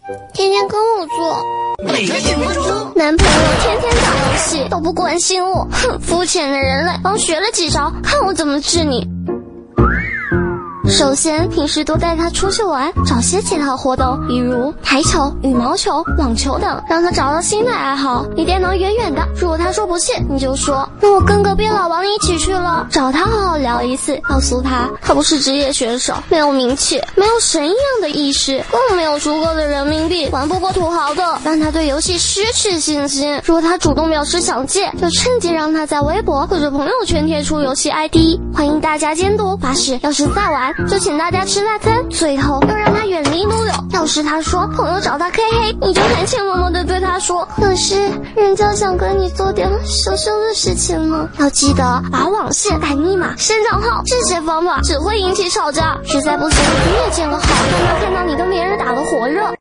天天跟我做。 每个10分钟， 男朋友天天打游戏都不关心我，哼，肤浅的人类。刚学了几招，看我怎么治你。首先，平时多带他出去玩，找些其他活动，比如台球、羽毛球、网球等，让他找到新的爱好。离电脑远远的，如果他说不去，你就说那我跟隔壁老王一起去了。找他好好聊一次，告诉他他不是职业选手，没有名气，没有神一样的意识，更没有足够的人民币，玩不过土豪的，让他对游戏失去信心。如果他主动表示想戒，就趁机让他在微博或者朋友圈贴出游戏 ID， 欢迎大家监督，发誓要是再玩就请大家吃辣餐。最后要让他远离撸友，要是他说朋友找他 K 黑，你就含情脉脉的对他说，可是人家想跟你做点羞羞的事情呢。要记得把网线、改密码、删账号，这些方法只会引起吵架。实在不行，你也建个号，让他看到你跟别人打得火热。